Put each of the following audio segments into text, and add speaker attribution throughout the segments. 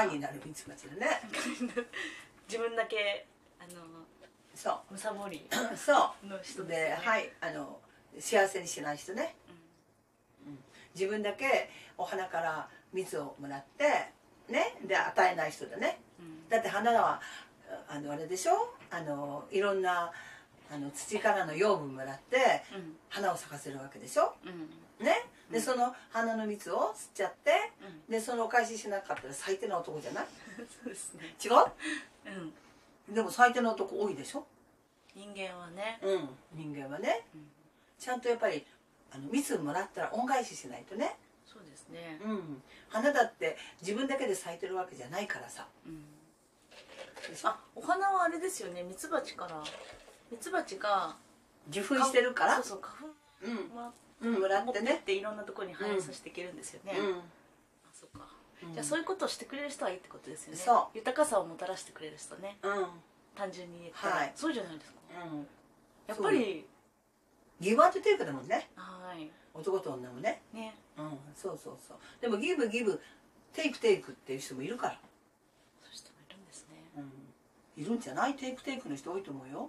Speaker 1: 貝になるミツバチだね。
Speaker 2: 自分だけ
Speaker 1: そう
Speaker 2: むさぼり
Speaker 1: そう
Speaker 2: の人
Speaker 1: で、
Speaker 2: ですよね。
Speaker 1: はい、幸せにしない人ね、自分だけお花から蜜をもらってね、で与えない人だね、だって花はあれでしょ、いろんな土からの養分もらって花を咲かせるわけでしょ、ね、でその花の蜜を吸っちゃって、でそのお返ししなかったら最低な男じゃない？
Speaker 2: そうですね。
Speaker 1: 違う？でも最低な男多いでしょ、
Speaker 2: 人間はね。
Speaker 1: 人間はね、ちゃんとやっぱり蜜もらったら恩返ししないとね。
Speaker 2: そうですね。
Speaker 1: 花だって自分だけで咲いてるわけじゃないからさ。
Speaker 2: お花はあれですよね、ミツバチが
Speaker 1: 受粉してるから、
Speaker 2: そうそう、花粉
Speaker 1: もらってね
Speaker 2: っていろんなところに反映させていけるんですよね。あ、そうか。じゃあそういうことをしてくれる人はいいってことですよね。
Speaker 1: そう、
Speaker 2: 豊かさをもたらしてくれる人ね。単純に言ったら、そうじゃないですか。やっぱり
Speaker 1: ギブアンドテイクだもんね。
Speaker 2: はい。
Speaker 1: 男と女もね。
Speaker 2: ね。
Speaker 1: そうそうそう。でもギブテイクっていう人もいるから。
Speaker 2: そういう人もいるんですね。
Speaker 1: いるんじゃない？テイクの人多いと思うよ。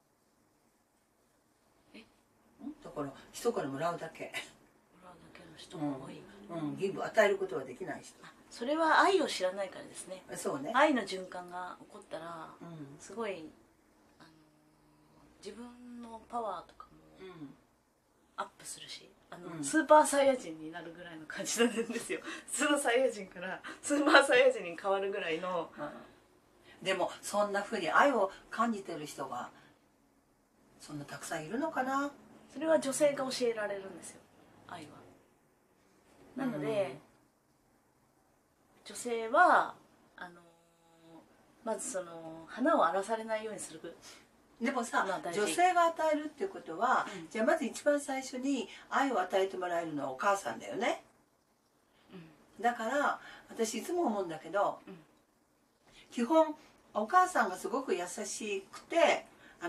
Speaker 1: だから人からもらうだけ。
Speaker 2: もらうだけの人も多い。
Speaker 1: ギブ与えることはできない人。
Speaker 2: それは愛を知らないからですね。
Speaker 1: そうね。
Speaker 2: 愛の循環が起こったら、すごい自分のパワーとかもアップするし、スーパーサイヤ人になるぐらいの感じなんですよ。普通のサイヤ人からスーパーサイヤ人に変わるぐらいの。
Speaker 1: でもそんなふうに愛を感じてる人がそんなたくさんいるのかな。
Speaker 2: それは女性が教えられるんですよ、愛は。なので、女性はまず花を荒らされないようにする。
Speaker 1: でもさ、女性が与えるっていうことは、じゃあまず一番最初に愛を与えてもらえるのはお母さんだよね。だから私いつも思うんだけど、基本お母さんがすごく優しくて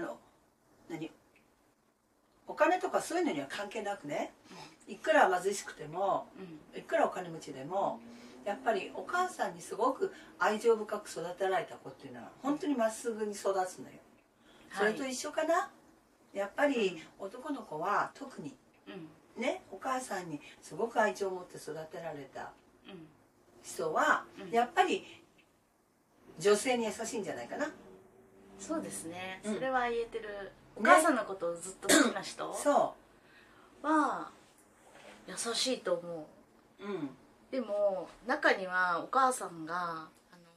Speaker 1: お金とかそういうのには関係なくね、いくら貧しくても、いくらお金持ちでもやっぱりお母さんにすごく愛情深く育てられた子っていうのは本当にまっすぐに育つのよ。それと一緒かな。やっぱり男の子は特にね、お母さんにすごく愛情を持って育てられた人はやっぱり女性に優しいんじゃないかな。
Speaker 2: そうですね、それは言えてる。お母さんのことをずっと好きな人は優しいと思う。でも中にはお母さんが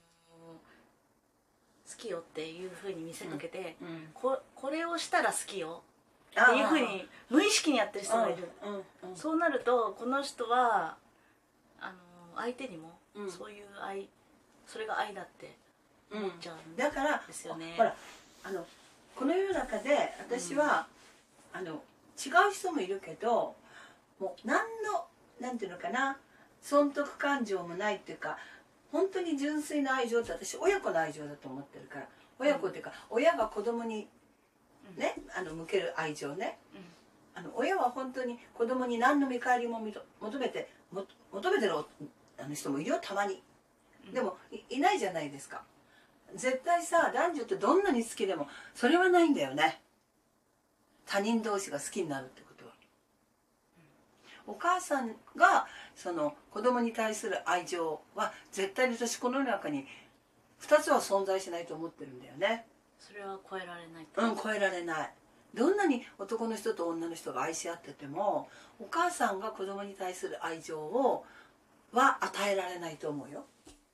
Speaker 2: 好きよっていうふうに見せかけて、これをしたら好きよっていうふうに無意識にやってる人がいる。そうなるとこの人は相手にもそういう愛、それが愛だって思っちゃうんですよね。
Speaker 1: だからほらこの世の中で私は、違う人もいるけどもうなんていうのかな、損得感情もないっていうか本当に純粋な愛情って私親子の愛情だと思ってるから、親子っていうか親が子供にね向ける愛情ね、親は本当に子供に何の見返りも求めてる人もいるよ、たまに。でも いないじゃないですか。絶対さ、男女ってどんなに好きでもそれはないんだよね、他人同士が好きになるってことは。お母さんがその子供に対する愛情は絶対に私この世の中に2つは存在しないと思ってるんだよね。
Speaker 2: それは超えられないと。
Speaker 1: 超えられない。どんなに男の人と女の人が愛し合っててもお母さんが子供に対する愛情は与えられないと思うよ。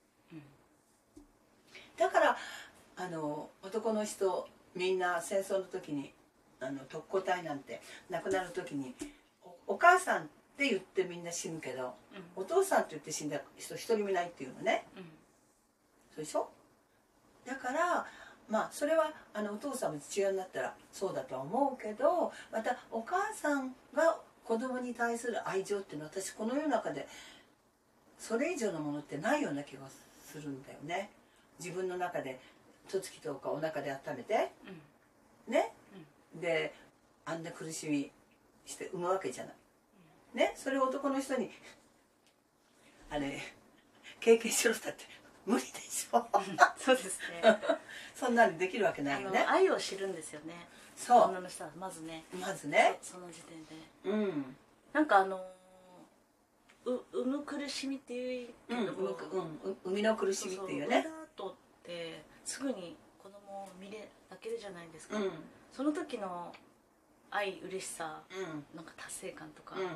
Speaker 1: だから男の人みんな戦争の時に特攻隊なんて亡くなる時にお母さんって言ってみんな死ぬけど、お父さんって言って死んだ人一人もいないっていうのね、そうでしょ。だからまあそれはお父さんも父親になったらそうだとは思うけど、またお母さんが子供に対する愛情っていうのは私この世の中でそれ以上のものってないような気がするんだよね。自分の中で十月10日お腹で温めて、ね、であんな苦しみして産むわけじゃない、ね、それを男の人に経験しろったって無理でしょ
Speaker 2: そうですね
Speaker 1: そんなにできるわけないよね。
Speaker 2: 愛を知るんですよね。
Speaker 1: そう
Speaker 2: 女の人はまずね。
Speaker 1: まずね。
Speaker 2: その時点で。
Speaker 1: うん。
Speaker 2: なんか産む苦しみっていうけども、
Speaker 1: 生みの苦しみっていうね。
Speaker 2: 産んだ後ってすぐに子供を抱けるじゃないですか。
Speaker 1: うん、
Speaker 2: その時の愛、嬉しさ、
Speaker 1: うん、
Speaker 2: なんか達成感とか、
Speaker 1: うん、
Speaker 2: もう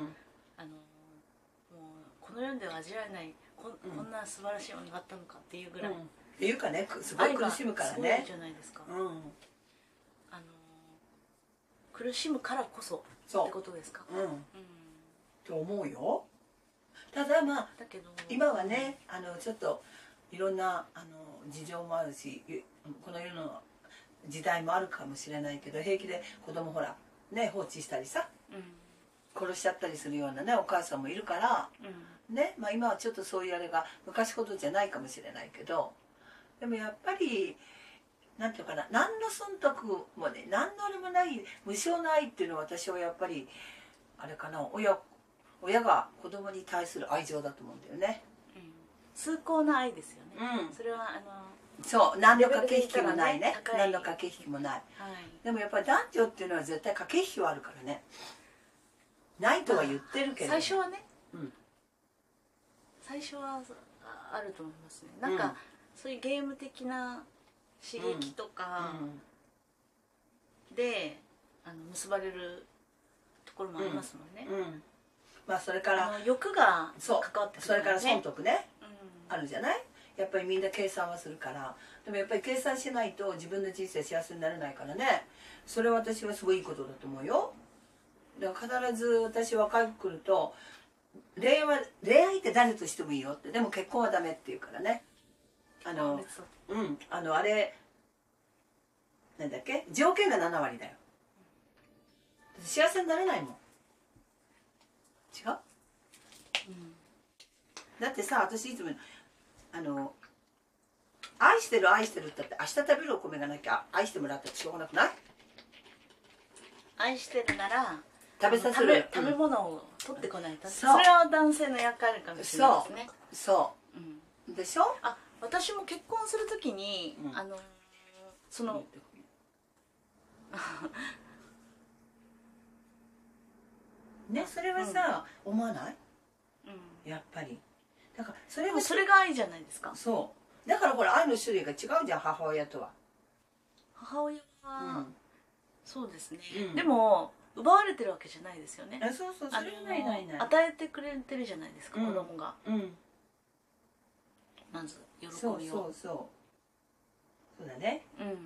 Speaker 2: この世では味わえないこんな素晴らしいものがあったのかっていうぐらい、
Speaker 1: っていうかね、すごい苦しむからね。
Speaker 2: 愛がすごいじゃないですか。苦しむからこそってことですか。
Speaker 1: と思うよ。ただまあ
Speaker 2: だけど
Speaker 1: 今はね、ちょっといろんな事情もあるし、この世の時代もあるかもしれないけど、平気で子供ほらね放置したりさ、殺しちゃったりするようなねお母さんもいるから、ね、まあ今はちょっとそういうあれが昔ほどじゃないかもしれないけど、でもやっぱりなんていうかな、何の損得もね、何のあれもない無償の愛っていうのは、私はやっぱりあれかな、親が子供に対する愛情だと思うんだよね。
Speaker 2: 崇高な愛ですよね。それは
Speaker 1: そう何の駆け引きもないね。何の駆け引きもない。でもやっぱり男女っていうのは絶対駆け引きはあるからね。ないとは言ってるけど。
Speaker 2: 最初はね。最初はあると思いますね。なんかそういうゲーム的な刺激とかで結ばれるところもありますもんね。
Speaker 1: まあそれから
Speaker 2: 欲が関わってくる、ね、
Speaker 1: それから損得ね、あるじゃない。やっぱりみんな計算はするから。でもやっぱり計算しないと自分の人生幸せになれないからね。それは私はすごいいいことだと思うよ。だから必ず私若く来ると恋愛って誰としてもいいよって、でも結婚はダメって言うからね。あれなんだっけ、条件が7割だよ。幸せになれないもん。違う、だってさ、私いつも愛してる愛してるって言ったって、明日食べるお米がなきゃ愛してもらったってしょうがなくない？
Speaker 2: 愛してるなら
Speaker 1: 食べさせる
Speaker 2: 食べ物を取ってこないと。それは男性の役割かもしれないですね。
Speaker 1: そうでしょ。
Speaker 2: 私も結婚するときにその
Speaker 1: ね、それはさ、思わない？やっぱりだから
Speaker 2: それが愛じゃないですか。
Speaker 1: そうだからほら愛の種類が違うじゃん、母親とは。
Speaker 2: 母親はそうですね。でも奪われてるわけじゃないですよね。
Speaker 1: そうそれはない
Speaker 2: 与えてくれてるじゃないですか、子供が。まず喜びを。
Speaker 1: そうだね。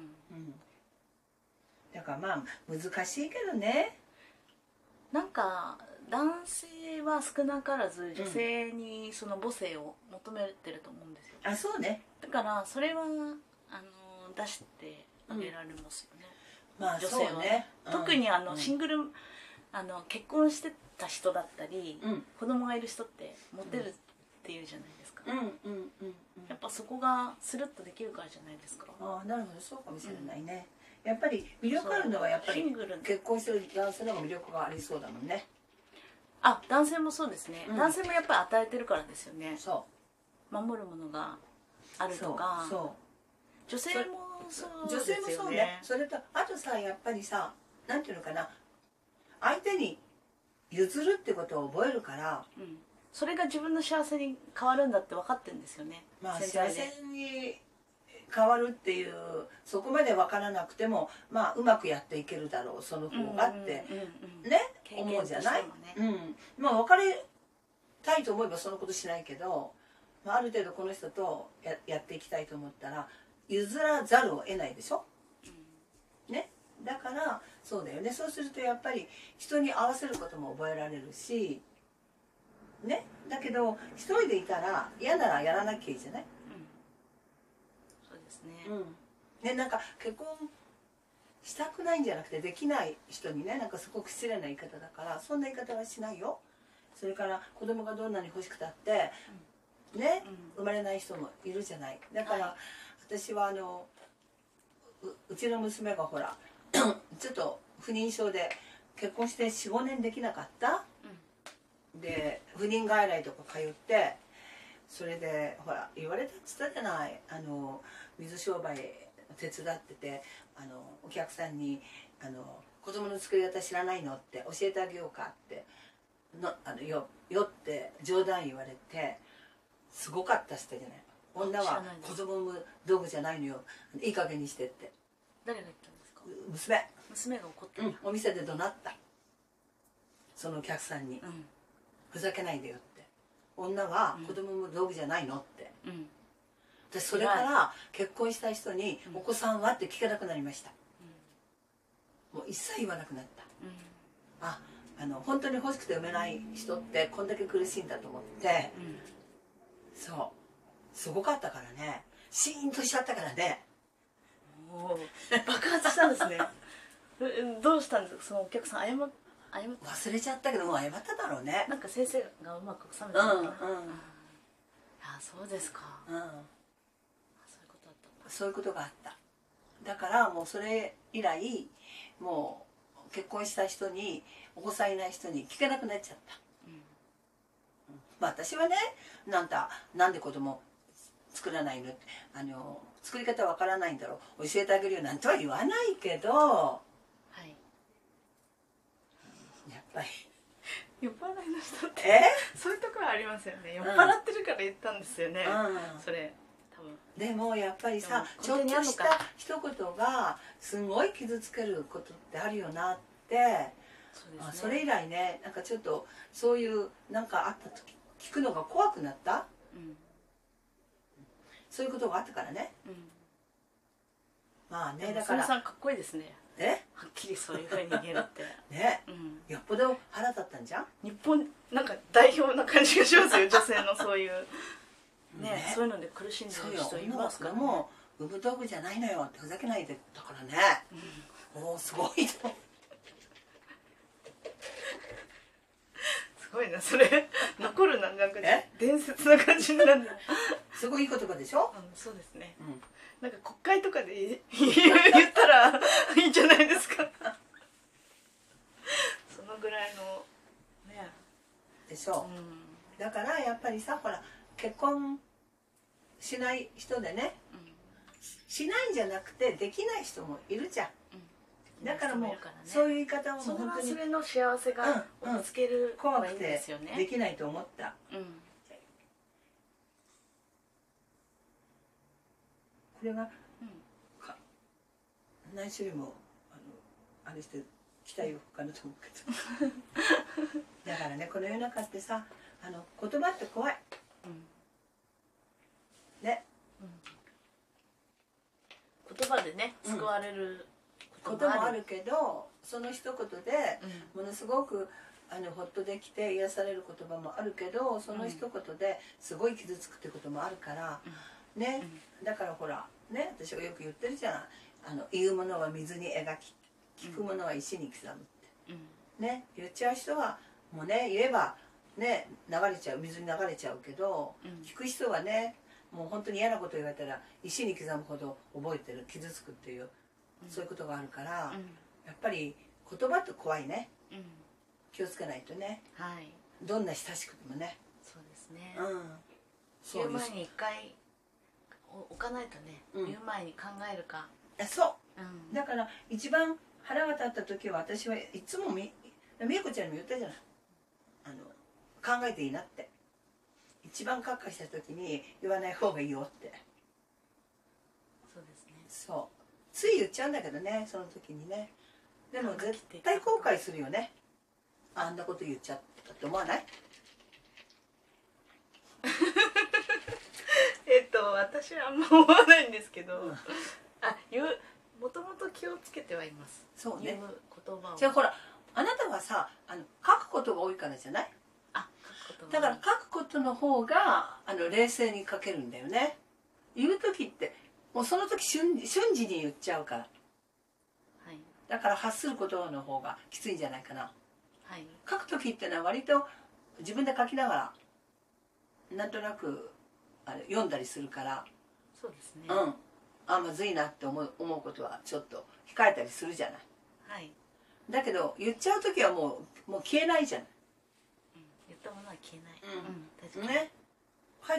Speaker 1: だからまあ難しいけどね。
Speaker 2: なんか男性は少なからず女性にその母性を求めてると思うんですよ。
Speaker 1: そうね。
Speaker 2: だからそれは出してあげられますよね。
Speaker 1: まあ
Speaker 2: 女性はね。特にシングル結婚してた人だったり子供がいる人ってモテるっていうじゃないですか。やっぱそこがスルッとできるからじゃないですか。
Speaker 1: なるほど、そうかもしれないね。やっぱり魅力あるのはやっぱり結婚してる男性の方が魅力がありそうだもんね。
Speaker 2: 男性もそうですね。男性もやっぱり与えてるからですよね。守るものがあるとか。女性もそうですよね。女性もそうね。
Speaker 1: それとあとさ、やっぱりさ、なんていうのかな、相手に譲るってことを覚えるから、
Speaker 2: それが自分の幸せに変わるんだって分かってるんですよね。
Speaker 1: まあ幸せに変わるっていう、そこまで分からなくてもまあうまくやっていけるだろう、その方がってね思うじゃない。まあ別れたいと思えばそのことしないけど、ある程度この人とやっていきたいと思ったら譲らざるを得ないでしょ。ね、だからそうだよね。そうするとやっぱり人に合わせることも覚えられるしね。だけど一人でいたら嫌ならやらなきゃいいじゃない。
Speaker 2: そうですね。
Speaker 1: なんか結婚したくないんじゃなくてできない人にね、なんかすごく失礼な言い方だからそんな言い方はしないよ。それから子供がどんなに欲しくたってね、生まれない人もいるじゃない。だから私はうちの娘がほらちょっと不妊症で結婚して4、5年できなかった、で不妊外来とか通って、 それでほら言われたっつったじゃない、水商売手伝っててお客さんに子供の作り方知らないのって教えてあげようかってよって冗談言われてすごかったっつったじゃない。女は子供産む道具じゃないのよ、いい加減にしてって。
Speaker 2: 誰が言ったんですか？娘が怒ってる、
Speaker 1: お店で怒鳴った、そのお客さんに、ふざけないでよって、女は子供産む道具じゃないのって、でそれから結婚した人に「お子さんは?」って聞かなくなりました、もう一切言わなくなった、本当に欲しくて産めない人ってこんだけ苦しいんだと思って、そうすごかったからね、シーンとしちゃったからね。
Speaker 2: 爆発したんですね。どうしたんですか、そのお客さん。
Speaker 1: 忘れちゃったけどもう謝っただろうね。
Speaker 2: なんか先生がうまく収めたのかな。そうですか。
Speaker 1: そういうことがあった。だからもうそれ以来もう結婚した人にお子さんいない人に聞けなくなっちゃった、私はね、なんで子供作らないのって作り方わからないんだろう、教えてあげるよなんては言わないけど、やっぱり
Speaker 2: 酔っ払いの人ってそういうところありますよね。酔っ払ってるから言ったんですよね、それ多分。
Speaker 1: でもやっぱりさ、ちょっとした一言がすごい傷つけることってあるよなって、それ以来ね、なんかちょっとそういうなんかあった時聞くのが怖くなった、そういうことがあったからね、まあね、だから
Speaker 2: さんかっこいいですね。はっきりそういうふうに言えるって
Speaker 1: ね、よっぽど腹立ったんじゃん。
Speaker 2: 日本なんか代表な感じがしますよ、女性のそういうね、そういうので苦しんでる人いますからね。
Speaker 1: もう産む道具じゃないのよってふざけないでだからね、もうすごいと。
Speaker 2: すごいな、それ残るな、なんか伝説な感じになる。
Speaker 1: すごいいい言葉でしょ。
Speaker 2: そうですね。なんか国会とかで言ったらいいんじゃないですか。そのぐらいのね。
Speaker 1: でしょ。だからやっぱりさ、ほら結婚しない人でね、しないんじゃなくてできない人もいるじゃん。だからもうそういう言い方も本当に
Speaker 2: それの幸せが見つける
Speaker 1: 怖くてできないと思った。これは何種類もあれして着た洋服かなと思うけど。だからね、この世の中ってさ、言葉って怖い。ね。
Speaker 2: 言葉でね救われる
Speaker 1: こともあるけど、その一言でものすごくほっとできて癒される言葉もあるけど、その一言ですごい傷つくってこともあるからね。だからほらね、私がよく言ってるじゃない、言うものは水に描き、聞くものは石に刻むってね。言っちゃう人はもうね、言えばね流れちゃう、水に流れちゃうけど、聞く人はね、もう本当に嫌なこと言われたら石に刻むほど覚えてる、傷つくっていう、そういうことがあるから、やっぱり言葉って怖いね。気をつけないとね。どんな親しくてもね。
Speaker 2: そうですね。言う前に一回置かないとね、言う前に考えるか。
Speaker 1: そう、だから一番腹が立った時は私はいつも美恵子ちゃんにも言ったじゃない、考えていいなって。一番カッカした時に言わない方がいいよって。
Speaker 2: そうですね。
Speaker 1: そう、つい言っちゃうんだけどね、その時にね。でも絶対後悔するよね、あんなこと言っちゃったって思わない？
Speaker 2: 私はあんま思わないんですけど、もともと気をつけてはいます。
Speaker 1: そうね。
Speaker 2: 言う言葉を。
Speaker 1: じゃあほら、あなたはさ、書くことが多いからじゃない？
Speaker 2: 書くこと。
Speaker 1: だから書くことの方が冷静に書けるんだよね。言う時ってもうその時瞬時に言っちゃうから。だから発することの方がきついんじゃないかな。書く時ってのは割と自分で書きながらなんとなく読んだりするから。
Speaker 2: そうですね。
Speaker 1: まずいなって思うことはちょっと控えたりするじゃない。だけど言っちゃう時はもう消えないじゃない。
Speaker 2: 言ったものは消えない。
Speaker 1: ね。書い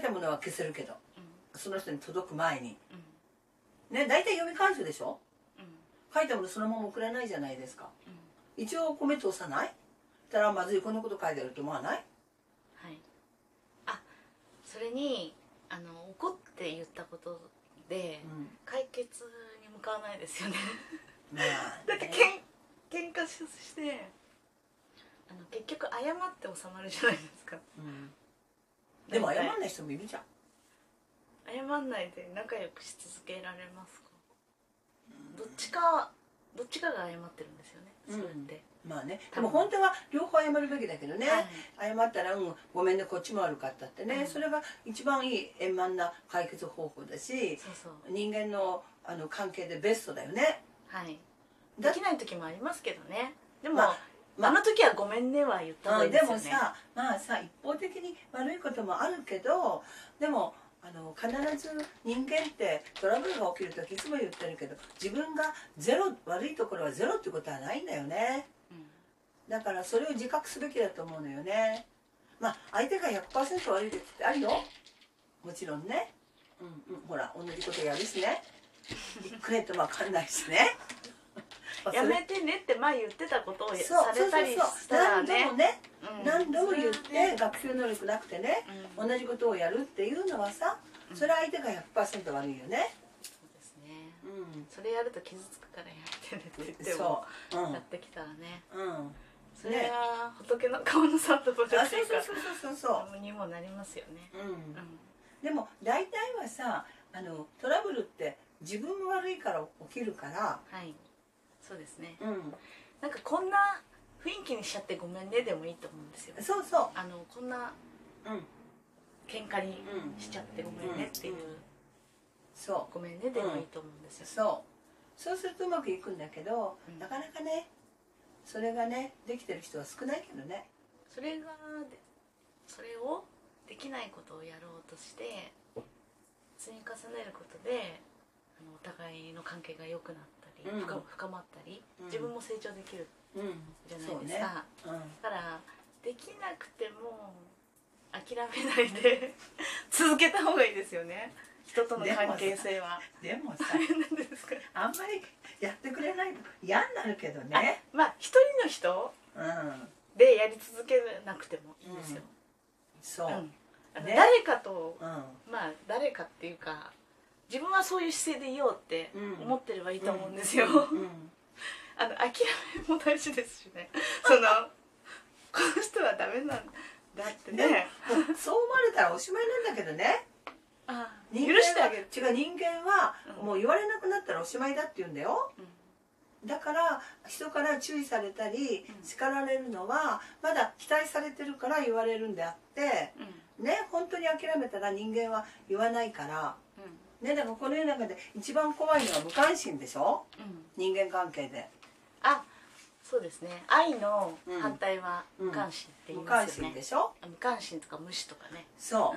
Speaker 1: たものは消せるけど、
Speaker 2: うん、
Speaker 1: その人に届く前に、
Speaker 2: うん、
Speaker 1: ね、大体読み返すでしょ。
Speaker 2: うん、
Speaker 1: 書いたものそのまま送らないじゃないですか。
Speaker 2: うん、
Speaker 1: 一応コメント押さない？たらまずい、こんなこと書いてあると思わない？
Speaker 2: はい。あ、それに怒って言ったことで解決に向かわないですよね。
Speaker 1: まあね、
Speaker 2: だって喧嘩して結局謝って収まるじゃないですか。
Speaker 1: うん、でも謝んない人もいるじゃん。
Speaker 2: 謝んないで仲良くし続けられますか？どっちかが謝ってるんですよね、それって。
Speaker 1: まあね、でも本当は両方謝るべきだけどね、はい、謝ったら「ごめんね、こっちも悪かった」ってね、それが一番いい円満な解決方法だし、人間の関係でベストだよね。
Speaker 2: はい、できない時もありますけどね。でも、あの時は「ごめんね」は言った方がいいですよね。でもさ、まあさ、一方的に悪いこともあるけど、でも必ず人間ってトラブルが起きる時いつも言ってるけど、自分がゼロ、悪いところはゼロってことはないんだよね。だからそれを自覚すべきだと思うのよね。まあ相手が 100% 悪い時ってあるよ、もちろんね。ほら同じことやるしね、くれとも分かんないしね。やめてねって前言ってたことをされたりしたらね、何度も言って学習能力なくてね、同じことをやるっていうのはさ、それは相手が 100% 悪いよね。そうですね。それやると傷つくからやってねって言ってもやってきたらね、それは仏の顔のサンドバルっていうかにもなりますよね。でも大体はさ、トラブルって自分が悪いから起きるから。はい、そうですね。なんかこんな雰囲気にしちゃってごめんねでもいいと思うんですよ。そうそう。こんな喧嘩にしちゃってごめんねっていう、そうごめんねでもいいと思うんですよ。そうするとうまくいくんだけど、なかなかね、それがねできてる人は少ないけどね。それをできないことをやろうとして積み重ねることでお互いの関係が良くなったり、深まったり、自分も成長できるじゃないですか。だからできなくても諦めないで続けた方がいいですよね、人との関係性は。でもさ、あんまりやってくれないと嫌になるけどね。まあ一人の人でやり続けなくてもいいんですよ。そう、誰かと、まあ誰かっていうか自分はそういう姿勢でいようって思ってればいいと思うんですよ。諦めも大事ですしね。この人はダメなんだってね。そう思われたらおしまいなんだけどね。許してあげる。違う、人間はもう言われなくなったらおしまいだって言うんだよ。だから人から注意されたり叱られるのはまだ期待されてるから言われるんであって、ね、本当に諦めたら人間は言わないから。ね、だからこの世の中で一番怖いのは無関心でしょ、人間関係で。そうですね。愛の反対は無関心って言いますよね。無関心でしょ。無関心とか無視とかね。そう。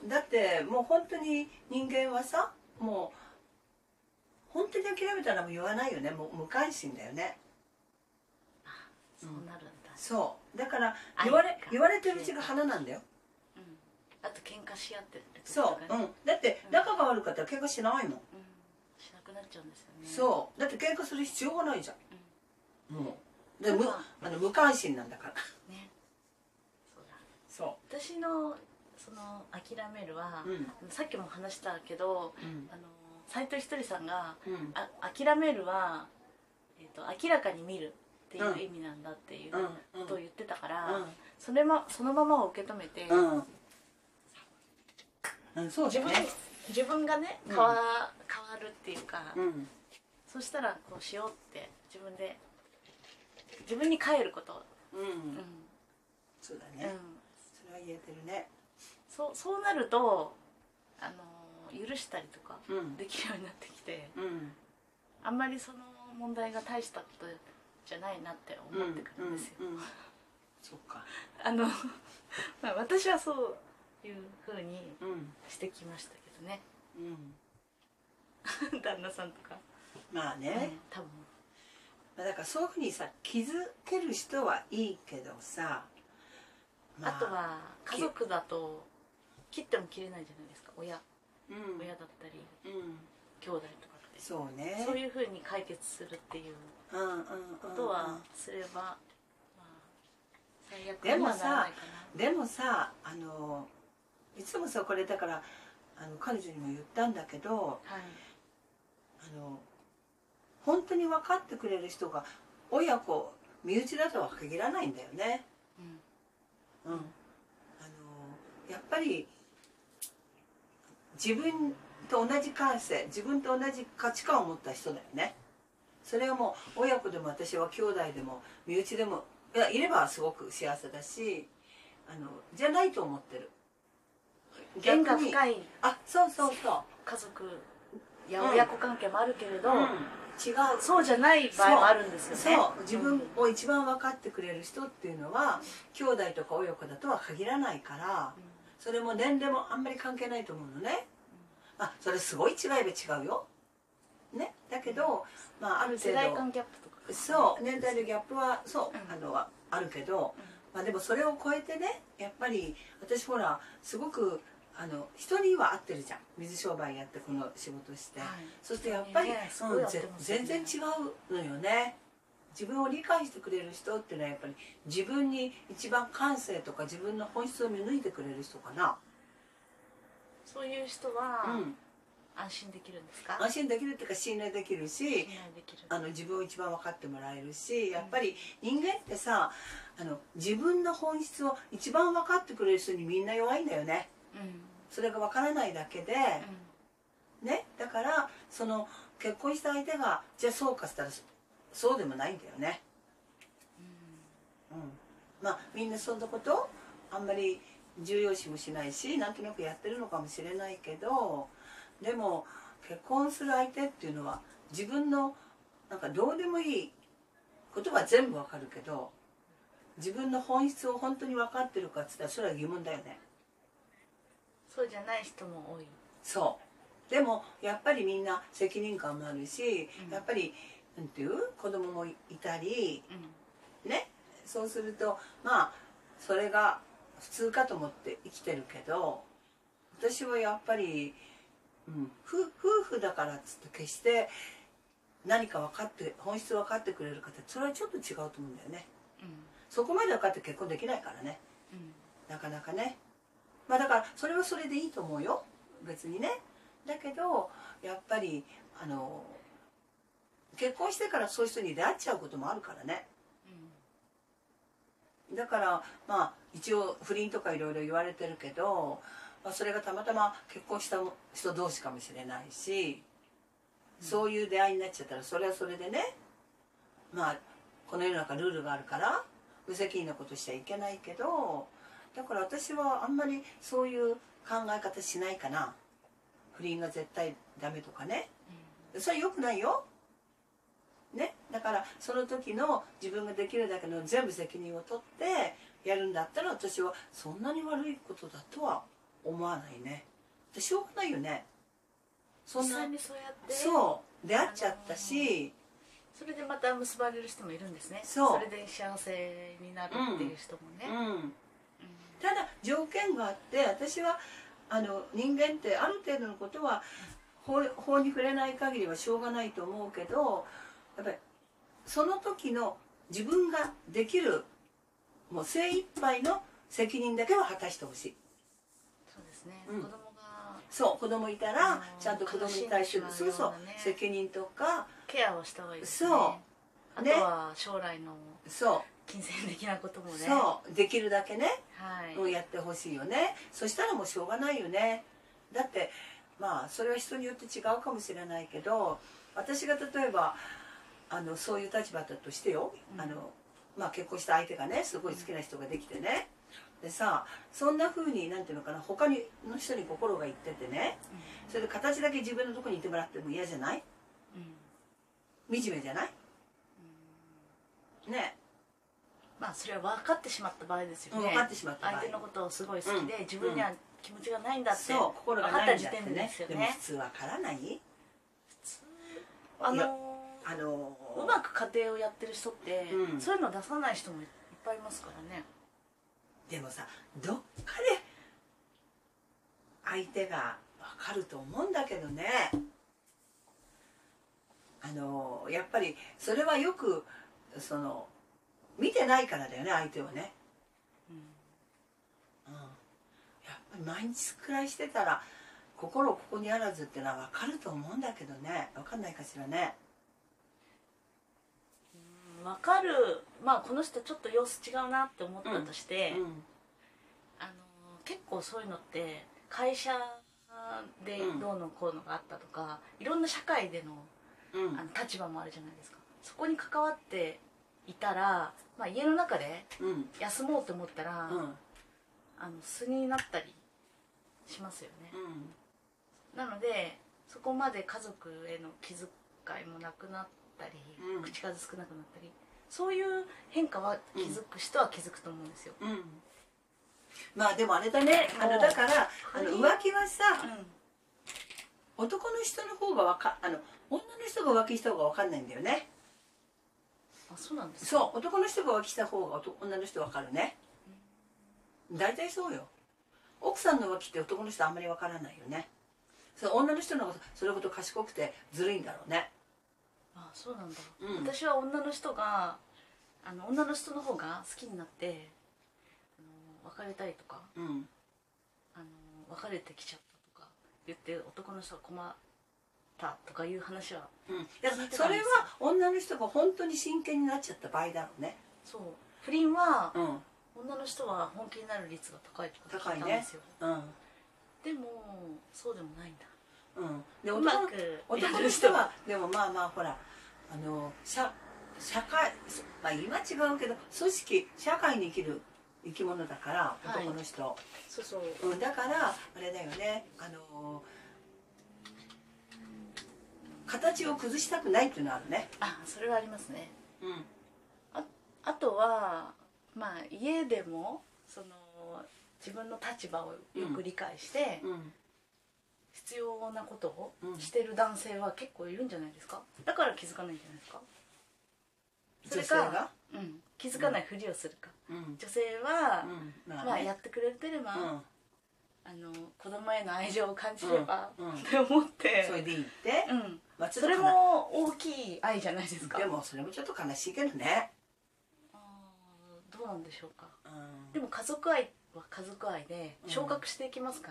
Speaker 2: だってもう本当に人間はさ、もう本当に諦めたらもう言わないよね。もう無関心だよね。そうなるんだ。そう。だから言われてるうちが花なんだよ。あと喧嘩し合ってるってことがね。そう。だって仲が悪かったら喧嘩しないもん。しなくなっちゃうんですよね。そう。だって喧嘩する必要がないじゃん。もう。で無関心なんだから。ね。そうだ。そう。私の諦めるは、さっきも話したけど、斉藤ひとりさんが諦めるは明らかに見るっていう意味なんだっていうことを言ってたから、そのままを受け止めて。自分がね変わるっていうか、そしたらこうしようって自分に帰ること。そうだね。それは言えてるね。そうなると許したりとかできるようになってきて、あんまりその問題が大したことじゃないなって思ってくるんですよ。そっか。まあ私はそういう風にしてきましたけどね。旦那さんとか。まあね。多分。だからそういう風にさ気づける人はいいけどさ。あとは家族だと切っても切れないじゃないですか、親だったり、兄弟とかって。
Speaker 1: そうね、
Speaker 2: そういうふうに解決するっていうことはすれば、まあ、最悪にはならないかな。
Speaker 1: でもさいつもさ、これだから彼女にも言ったんだけど、
Speaker 2: はい、
Speaker 1: 本当に分かってくれる人が親子身内だとは限らないんだよね。やっぱり自分と同じ感性、自分と同じ価値観を持った人だよね。それはもう親子でも、私は兄弟でも身内でもいればすごく幸せだし、じゃないと思ってる。
Speaker 2: 縁が深い、
Speaker 1: そうそうそう、
Speaker 2: 家族や親子関係もあるけれど、
Speaker 1: 違う、
Speaker 2: そうじゃない場合もあるんですよね。
Speaker 1: そう、自分を一番分かってくれる人っていうのは、兄弟とか親子だとは限らないから、それも年齢もあんまり関係ないと思うのね。それすごい違えば違うよね。だけど、ある程度
Speaker 2: 世代間ギャップとか、
Speaker 1: そう年代のギャップはあるけど、でもそれを超えてね、やっぱり私ほらすごく人には合ってるじゃん、水商売やってこの仕事して、そしてやっぱり、全然違うのよね。自分を理解してくれる人っていうのはやっぱり自分に一番感性とか自分の本質を見抜いてくれる人かな。
Speaker 2: そういう人は、安心できるんですか？
Speaker 1: 安心できるっていうか、信頼できるし、自分を一番分かってもらえるし、やっぱり人間ってさ、自分の本質を一番分かってくれる人にみんな弱いんだよね。それが分からないだけで、ね、だからその結婚した相手がじゃあそうかしたらそうでもないんだよね。みんなそんなことあんまり重要視もしないし、なんとなくやってるのかもしれないけど、でも結婚する相手っていうのは自分のなんかどうでもいいことは全部わかるけど、自分の本質を本当に分かってるかっつったらそれは疑問だよね。
Speaker 2: そうじゃない人も多い。
Speaker 1: そうでもやっぱりみんな責任感もあるし、やっぱりなんていう子供もいたり、ね、そうするとそれが普通かと思って生きてるけど、私はやっぱり、夫婦だからっつって決して何か分かって本質分かってくれる方、それはちょっと違うと思うんだよね。そこまで分かって結婚できないからね、なかなかね。だからそれはそれでいいと思うよ、別にね。だけどやっぱり結婚してからそういう人に出会っちゃうこともあるからね。だから一応不倫とかいろいろ言われてるけど、それがたまたま結婚した人同士かもしれないし、そういう出会いになっちゃったらそれはそれでね、この世の中ルールがあるから無責任なことしちゃいけないけど、だから私はあんまりそういう考え方しないかな。不倫が絶対ダメとかね、それは良くないよね。だからその時の自分ができるだけの全部責任を取ってやるんだったら、私はそんなに悪いことだとは思わないね。しょうがないよね。
Speaker 2: 実際にそうやって
Speaker 1: 出会っちゃったし、
Speaker 2: それでまた結ばれる人もいるんですね。
Speaker 1: そ
Speaker 2: れで幸せになるっていう人もね。
Speaker 1: ただ条件があって、私は人間ってある程度のことは法に触れない限りはしょうがないと思うけど、やっぱりその時の自分ができるもう精一杯の責任だけは果たしてほしい。
Speaker 2: そうですね、
Speaker 1: 子供いたらちゃんと子供に対する責任とか
Speaker 2: ケアをした方がいいですね。あとは将来の金銭的なこともね、
Speaker 1: できるだけね、やってほしいよね。そしたらもうしょうがないよね。だってそれは人によって違うかもしれないけど、私が例えばそういう立場だとしてよ、結婚した相手がねすごい好きな人ができてね、でさ、そんな風になんていうのかな、他の人に心がいっててね、それで形だけ自分のとこにいてもらっても嫌じゃない？惨めじゃない？ね。
Speaker 2: それは分かってしまった場合ですよね。
Speaker 1: 分かってしまった場合、
Speaker 2: 相手のことをすごい好きで、自分には気持ちがないんだって、
Speaker 1: 心がないんだってね。でも普通分からない？
Speaker 2: 普通うまく家庭をやってる人って、そういうの出さない人もいっぱいいますからね。
Speaker 1: でもさ、どっかで相手が分かると思うんだけどね。やっぱりそれはよく見てないからだよね、相手をね。やっぱり毎日くらいしてたら心ここにあらずってのは分かると思うんだけどね。分かんないかしらね。
Speaker 2: 分かる。まあこの人ちょっと様子違うなって思ったとして、結構そういうのって会社でどうのこうのがあったとか、いろんな社会での立場もあるじゃないですか。そこに関わっていたら、まあ、家の中で休もうと思ったら、素になったりしますよね。なのでそこまで家族への気遣いもなくなったり、口数少なくなったり、そういう変化は気づく人は気づくと思うんですよ。
Speaker 1: まあでもあれだね、だから浮気はさ、男の人の方が女の人が浮気した方が分かんないんだよね。
Speaker 2: あ、そうなんですか。
Speaker 1: そう、男の人が浮気した方が女の人分かるね。大体そうよ。奥さんの浮気って男の人あんまり分からないよね。女の人の方がそれほど賢くてずるいんだろうね。
Speaker 2: あ、そうなんだ。私は女の人が女の人の方が好きになって別れたいとか、別れてきちゃったとか言って男の人が困ったとかいう話は聞いてたんですよ。
Speaker 1: それは女の人が本当に真剣になっちゃった場合だろうね。
Speaker 2: そう、不倫は、女の人は本気になる率が高いとか聞いたんですよ。でもそうでもないんだ。
Speaker 1: で
Speaker 2: うまく
Speaker 1: 男の人はでもまあほら社会、まあ今違うけど組織社会に生きる生き物だから男の人、
Speaker 2: そうそう、
Speaker 1: だからあれだよね、形を崩したくないっていうのはあるね。
Speaker 2: あ、それはありますね。あとはまあ家でも自分の立場をよく理解して、必要なことをしてる男性は結構いるんじゃないですか。だから気づかないんじゃないですか。それか、気づかないふりをするか、女性は、まあやってくれてれば、子供への愛情を感じれば、って思って
Speaker 1: それでいいって、
Speaker 2: それも大きい愛じゃないですか。
Speaker 1: でもそれもちょっと悲しいけどね。
Speaker 2: どうなんでしょうか。でも家族愛は家族愛で昇格していきますから、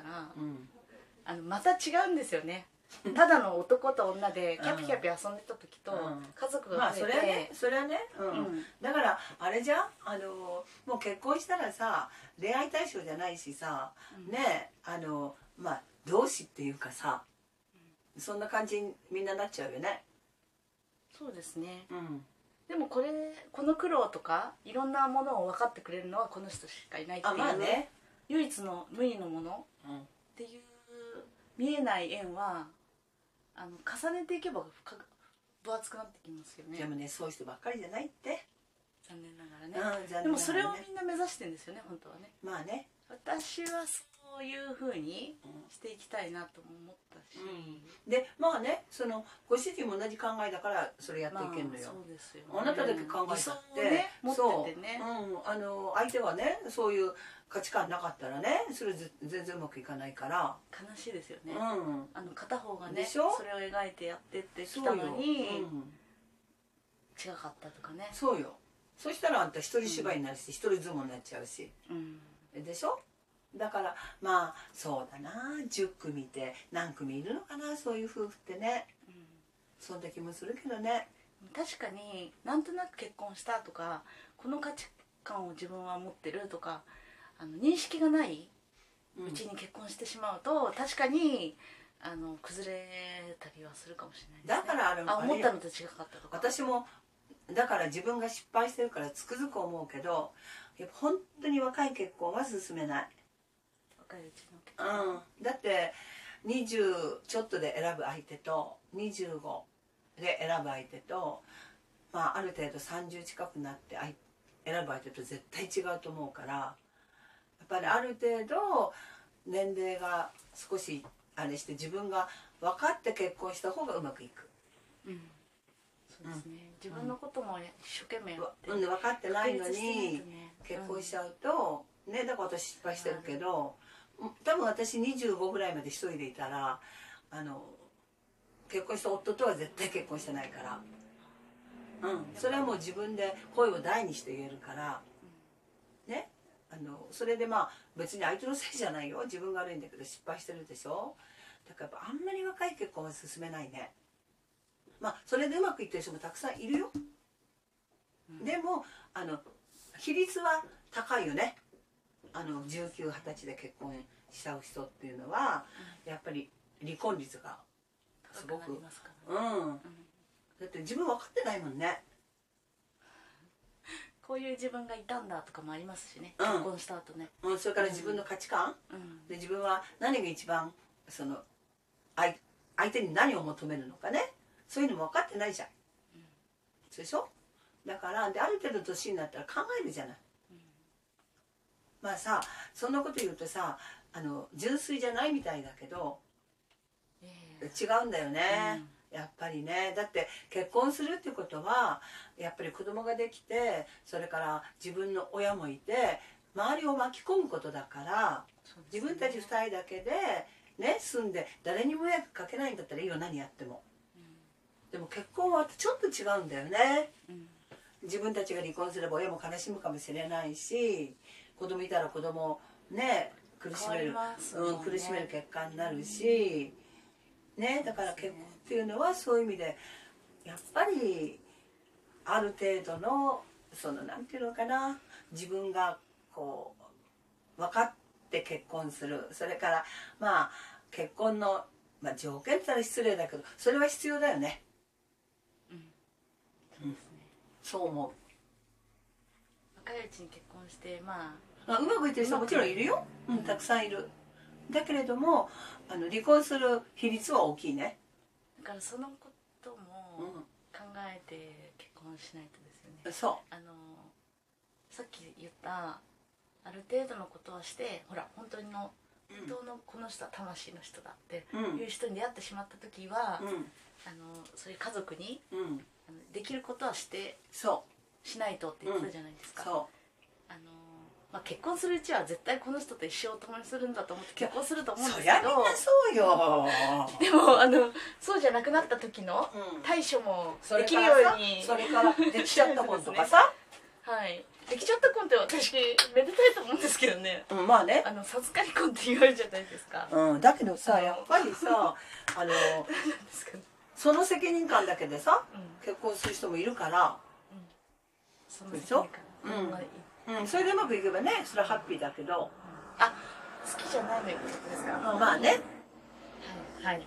Speaker 2: また違うんですよね。ただの男と女でキャピキャピ遊んでた時と家族が増えて、
Speaker 1: それはね、だからあれじゃん、もう結婚したらさ恋愛対象じゃないしさ、ね、まあ同志っていうかさ、そんな感じにみんななっちゃうよね。
Speaker 2: そうですね。でもこの苦労とかいろんなものを分かってくれるのはこの人しかいないっていう、唯一の無二のものっていう見えない縁は重ねていけば分厚くなってきますよね。
Speaker 1: でもね、そういう人ばっかりじゃないって。
Speaker 2: 残念ながらね。でもそれをみんな目指してるんですよね、本当はね。
Speaker 1: まあね。
Speaker 2: 私はそういう風にしていきたいなとも思ったし、
Speaker 1: でまあね、ご主人も同じ考えだからそれやっていけんのよ。
Speaker 2: そうですよね。
Speaker 1: あなただけ考えたって
Speaker 2: 持っててね、
Speaker 1: 相手はねそういう価値観なかったらね、それ全然うまくいかないから
Speaker 2: 悲しいですよね。片方がねそれを描いてやってってきたのに違かったとかね。
Speaker 1: そうよ。そしたらあんた一人芝居になるし、一人相撲になっちゃうし、でしょ。だからまあそうだな、10組って何組いるのかな、そういう夫婦ってね。そんな気もするけどね。
Speaker 2: 確かになんとなく結婚したとか、この価値観を自分は持ってるとか認識がないうちに結婚してしまうと、確かに崩れたりはするかもしれないですね。
Speaker 1: だから
Speaker 2: 思ったのと違かったとか。
Speaker 1: 私もだから自分が失敗してるからつくづく思うけど、やっぱ本当に若い結婚は進めない。
Speaker 2: 若いうちの結婚、
Speaker 1: だって20ちょっとで選ぶ相手と25で選ぶ相手と、まあある程度30近くなって選ぶ相手と絶対違うと思うから、やっぱりある程度年齢が少しあれして自分が分かって結婚した方がうまくいく。
Speaker 2: そうですね。自分のことも一生懸命やって、
Speaker 1: 分かってないのに結婚しちゃうとね、だから私失敗してるけど、 多分私25ぐらいまで一人でいたら結婚した夫とは絶対結婚してないから、それはもう自分で声を大にして言えるからね。それでまあ別に相手のせいじゃないよ、自分が悪いんだけど失敗してるでしょ。だからやっぱあんまり若い結婚は進めないね。まあそれでうまくいってる人もたくさんいるよ、でも比率は高いよね。19、20歳で結婚しちゃう人っていうのは、やっぱり離婚率がすごく、だって自分分かってないもんね。
Speaker 2: こういう自分がいたんだとかもありますしね、結婚した後ね。
Speaker 1: それから自分の価値観、で自分は何が一番相手に何を求めるのかね、そういうのも分かってないじゃん、そうでしょ。だからである程度年になったら考えるじゃない。まあさ、そんなこと言うとさ純粋じゃないみたいだけど、違うんだよね、やっぱりね。だって結婚するってことはやっぱり子供ができて、それから自分の親もいて周りを巻き込むことだから、自分たち2人だけでね住んで誰にも迷惑かけないんだったらいいよ、何やっても。でも結婚はちょっと違うんだよね。自分たちが離婚すれば親も悲しむかもしれないし、子供いたら子供ね苦しめる結果になるしね。だから結婚っていうのはそういう意味でやっぱりある程度のなんていうのかな、自分がこう分かって結婚する、それからまあ結婚の、条件って言ったら失礼だけどそれは必要だよね。そう思う。
Speaker 2: 若いうちに結婚してうま
Speaker 1: くいってる人はもちろんいるよ、たくさんいる。だけれども離婚する比率は大きいね。
Speaker 2: だからそのことも考えて結婚しないとです
Speaker 1: よね。
Speaker 2: さっき言ったある程度のことはして、ほら本当のこの人は魂の人だっていう人に出会ってしまった時は、そういう家族に、できることはしてしないとって言ってたじゃないですか。結婚するうちは絶対この人と一生を共にするんだと思って結婚すると思うんですけど、
Speaker 1: そりゃみんなそうよ。
Speaker 2: でもそうじゃなくなった時の対処もできるように、
Speaker 1: それからできちゃった婚とかさ、
Speaker 2: はい、できちゃった婚って私めでたいと思うんですけどね。
Speaker 1: まあね、
Speaker 2: 授かり婚って言われるじゃないですか。
Speaker 1: だけどさ、やっぱりさその責任感だけでさ、結婚する人もいるから、
Speaker 2: その責任感、
Speaker 1: それでうまくいけばね、それはハッピーだけど、
Speaker 2: 好きじゃないのいうことですか。
Speaker 1: まあね、
Speaker 2: はい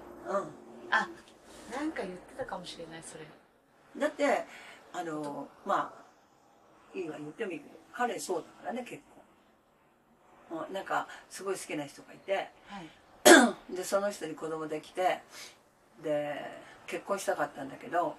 Speaker 2: なんか言ってたかもしれない。それ
Speaker 1: だってまあいいわ、言ってもいいけど彼そうだからね、結婚なんかすごい好きな人がいて、でその人に子供できて、で結婚したかったんだけど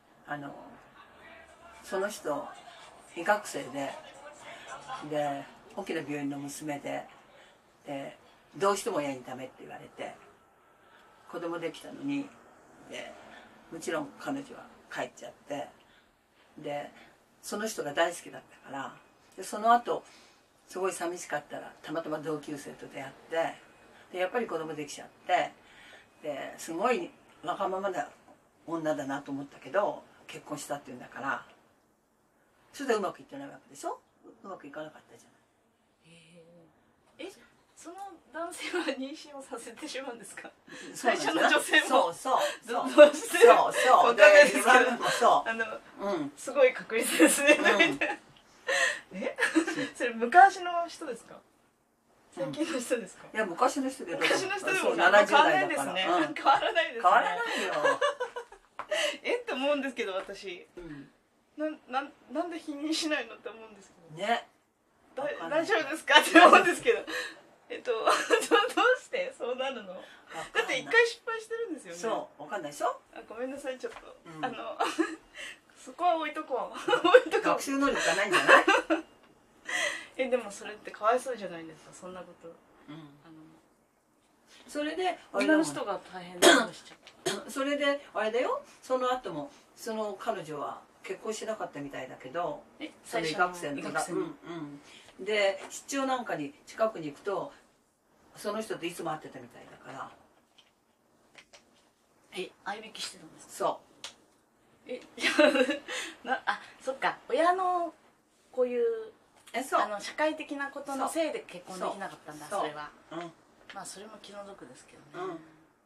Speaker 1: その人医学生で大きな病院の娘でどうしても親にダメって言われて子供できたのに、もちろん彼女は帰っちゃって、でその人が大好きだったから、でその後すごい寂しかったらたまたま同級生と出会って、でやっぱり子供できちゃって、ですごいわがままな女だなと思ったけど結婚したっていうんだから、それでうまくいってないわけでしょ。うまくいかなかったじゃない。
Speaker 2: その男性は妊娠をさせてしまうんですか。最初の女性もどうしてわかんないですけど、すごい確率ですね。それ昔の人ですか、最近の人ですか。
Speaker 1: いや昔の人で、
Speaker 2: 昔の人でも
Speaker 1: 70
Speaker 2: 変わらな
Speaker 1: 代だから
Speaker 2: いですね。変わらないですね。
Speaker 1: 変わらないよ。
Speaker 2: って思うんですけど、私なんで否認しないのって思うんですけど
Speaker 1: ね、
Speaker 2: 大丈夫ですかって思うんですけど、どうしてそうなるの。だって一回失敗してるんですよね。
Speaker 1: そう、わかんないでしょ。
Speaker 2: ごめんなさい、ちょっとそこは置いとこう。
Speaker 1: 学習能力がないんじゃない。
Speaker 2: でもそれってかわいそうじゃないですか、そんなこと。
Speaker 1: それで
Speaker 2: 女の人が大変なことしちゃう。
Speaker 1: それであれだよ、その後もその彼女は結婚しなかったみたいだけど、その医学生の子がで出張なんかに近くに行くとその人といつも会ってたみたいだから。
Speaker 2: 相引きしてるんですか？
Speaker 1: そう。
Speaker 2: そっか、親のこういう
Speaker 1: そう
Speaker 2: 社会的なことのせいで結婚できなかったんだ。それは、まあそれも気の毒ですけどね。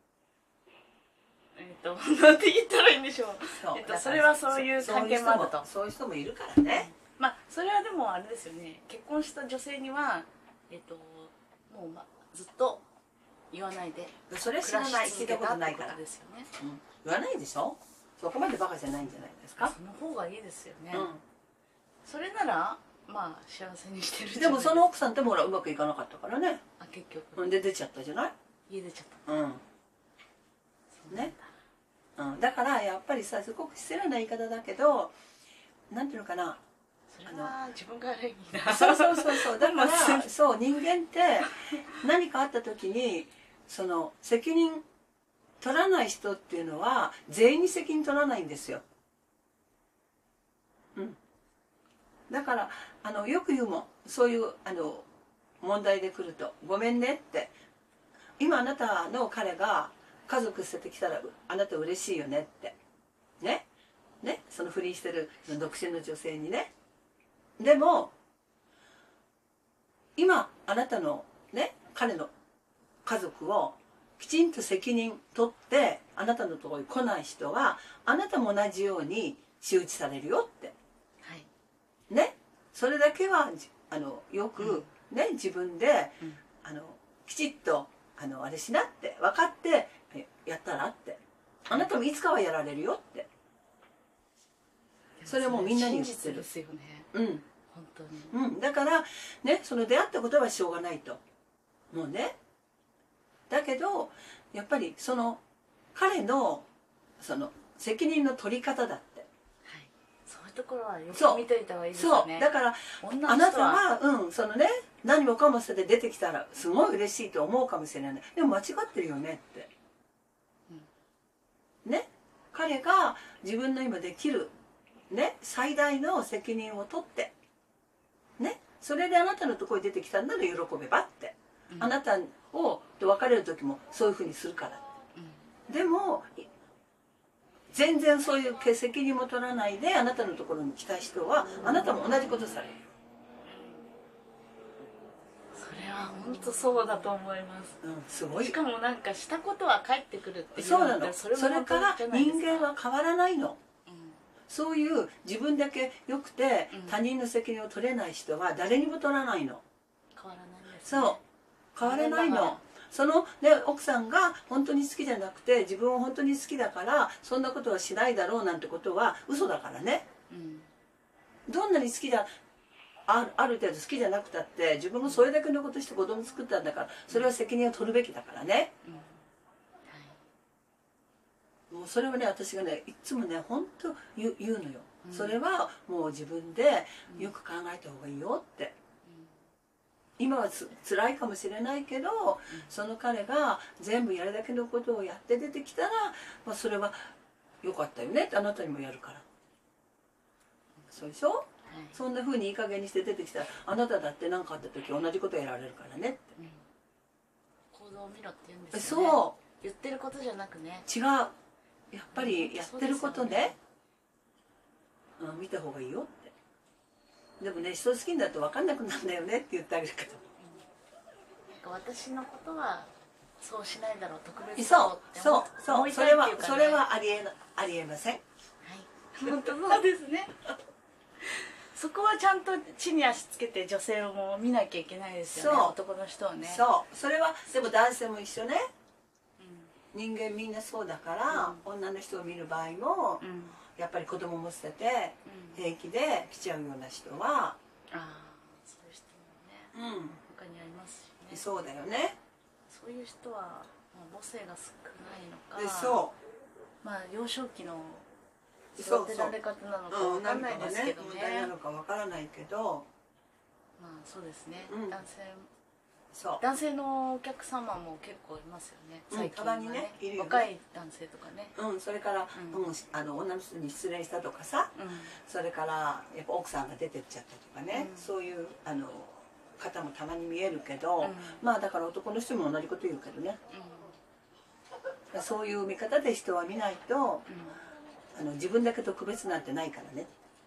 Speaker 2: なんて言ったらいいんでしょう。それはそういう関係もあると。
Speaker 1: そういう人もいるからね。
Speaker 2: まあそれはでもあれですよね。結婚した女性にはもうずっと言わないで
Speaker 1: それは知らない、聞いたことないから
Speaker 2: ですよね。
Speaker 1: 言わないでしょ。そこまでバカじゃないんじゃないですか。
Speaker 2: その方がいいですよね。それならまあ幸せにしてる。
Speaker 1: でもその奥さんってもほらうまくいかなかったからね。
Speaker 2: 結局。
Speaker 1: で出ちゃったじゃない。
Speaker 2: 家出ちゃった。
Speaker 1: ね。だからやっぱりさ、すごく失礼な言い方だけど、なんていうのかな。
Speaker 2: それは自分が悪いな。
Speaker 1: そうだからそう、人間って何かあった時にその責任取らない人っていうのは全員に責任取らないんですよ。だからよく言うもん、そういう問題で来ると「ごめんね」って、今あなたの彼が家族捨ててきたらあなた嬉しいよねってね、その不倫してる独身の女性にね。でも今あなたのね、彼の家族をきちんと責任取ってあなたのところに来ない人はあなたも同じように仕打ちされるよって、ね、それだけはよくね、自分できちっとあれしなって分かってやったらって、あなたもいつかはやられるよって、それはもうみんなに言ってる。
Speaker 2: ですよね。本当
Speaker 1: に。だからね、その出会ったことはしょうがないと。もうね。だけどやっぱりその彼のその責任の取り方だって。
Speaker 2: そういうところはよく見ていた方がいいですよね。
Speaker 1: だからあなたはそのね、何もかも捨てて出てきたらすごい嬉しいと思うかもしれない。でも間違ってるよねって。ね、彼が自分の今できるね、最大の責任を取ってね、それであなたのところに出てきたんなら喜べばって、あなたをと別れる時もそういうふうにするから、でも全然そういう責任も取らないであなたのところに来た人はあなたも同じことされる。
Speaker 2: それは本当そうだと思います。すごい。しかもなんかしたことは返ってくるっていう。
Speaker 1: そうなの。それから人間は変わらないの。そういう自分だけ良くて他人の責任を取れない人は誰にも取らないの。
Speaker 2: 変わらないですね。
Speaker 1: そう、変わらないの。そのね、奥さんが本当に好きじゃなくて自分を本当に好きだからそんなことはしないだろうなんてことは嘘だからね。どんなに好きだ、ある程度好きじゃなくたって自分がそれだけのことして子供作ったんだからそれは責任を取るべきだからね。もうそれはね、私がねいつもね本当言うのよ。それはもう自分でよく考えた方がいいよって。今は辛いかもしれないけど、その彼が全部やるだけのことをやって出てきたら、まあ、それは良かったよねって、あなたにもやるから。そうでしょ、そんなふうにいい加減にして出てきたらあなただって何かあった時同じことやられるからねって、
Speaker 2: 行動を見ろって言うんですよね。そう言ってることじゃなくね、
Speaker 1: 違う、やっぱりやってることね、見た方がいいよって。でもね、人好きになると分かんなくなるんだよねって言ってあげるけど、
Speaker 2: 私のことはそうしないだろう、特別
Speaker 1: だろうって思いたいっていうかね、それはありえません。はい、
Speaker 2: 本当そうですね。そこはちゃんと地に足つけて女性をも見なきゃいけないですよね、男の人はね。
Speaker 1: それはでも男性も一緒ね、人間みんなそうだから、女の人を見る場合も、やっぱり子供も捨てて平気で来ちゃうような人は、
Speaker 2: そういう人もね、他にありますしね。
Speaker 1: そうだよね。
Speaker 2: そういう人は母性が少ないのか、まあ幼少期の育てられ方なのかわかんないですけどね。
Speaker 1: 問題なのかわからないけど、
Speaker 2: まあそうですね。
Speaker 1: 男
Speaker 2: 性のお客様も結構いますよね。最近はね、若い男性とかね。
Speaker 1: それから女の人に失恋したとかさ、それからやっぱ奥さんが出てっちゃったとかね、そういう方もたまに見えるけど、まあだから男の人も同じこと言うけどね、そういう見方で人は見ないと、自分だけ特別なんてないからね、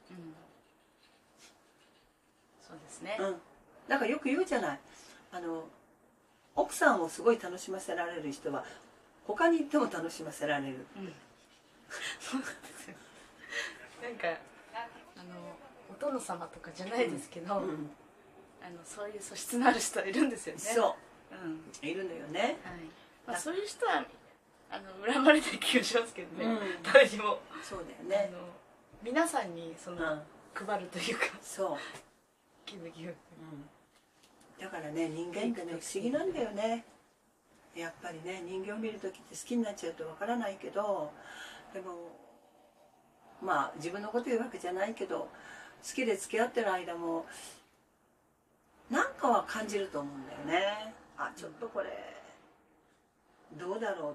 Speaker 2: そうですね、
Speaker 1: だからよく言うじゃない、奥さんをすごい楽しませられる人は他に行っても楽しませられる、
Speaker 2: そうなんですよ。なんかお殿様とかじゃないですけど、そういう素質のある人はいるんですよね。
Speaker 1: そう、いるのよね。はい。
Speaker 2: まあそういう人は恨まれない気がしますけどね。誰にも。
Speaker 1: そうだよね。
Speaker 2: 皆さんに配るというか。そう。気づきを。
Speaker 1: だからね、人間ってね、不思議なんだよね。やっぱりね、人形を見るときって好きになっちゃうとわからないけど、でもまあ自分のこと言うわけじゃないけど、好きで付き合ってる間もなんかは感じると思うんだよね。あ、ちょっとこれどうだろうって。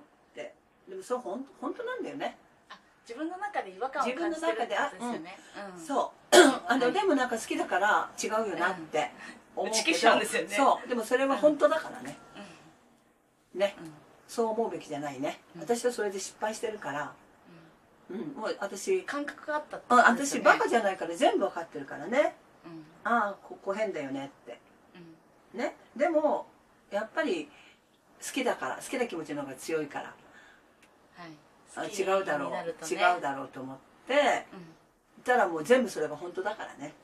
Speaker 1: でもそう本当なんだよね。
Speaker 2: 自分の中で違和感を感じてるってことですよね。
Speaker 1: そうでもなんか好きだから違うよなって思うけど、そうでもそれは本当だからね。ね、そう思うべきじゃないね。私はそれで失敗してるから。もう私
Speaker 2: 感覚があったって
Speaker 1: ことですよね。私バカじゃないから全部わかってるからね。ああここ変だよねって。ね、でもやっぱり好きだから、好きな気持ちの方が強いから、違うだろう違うだろうと思っていたらもう全部それが本当だからね。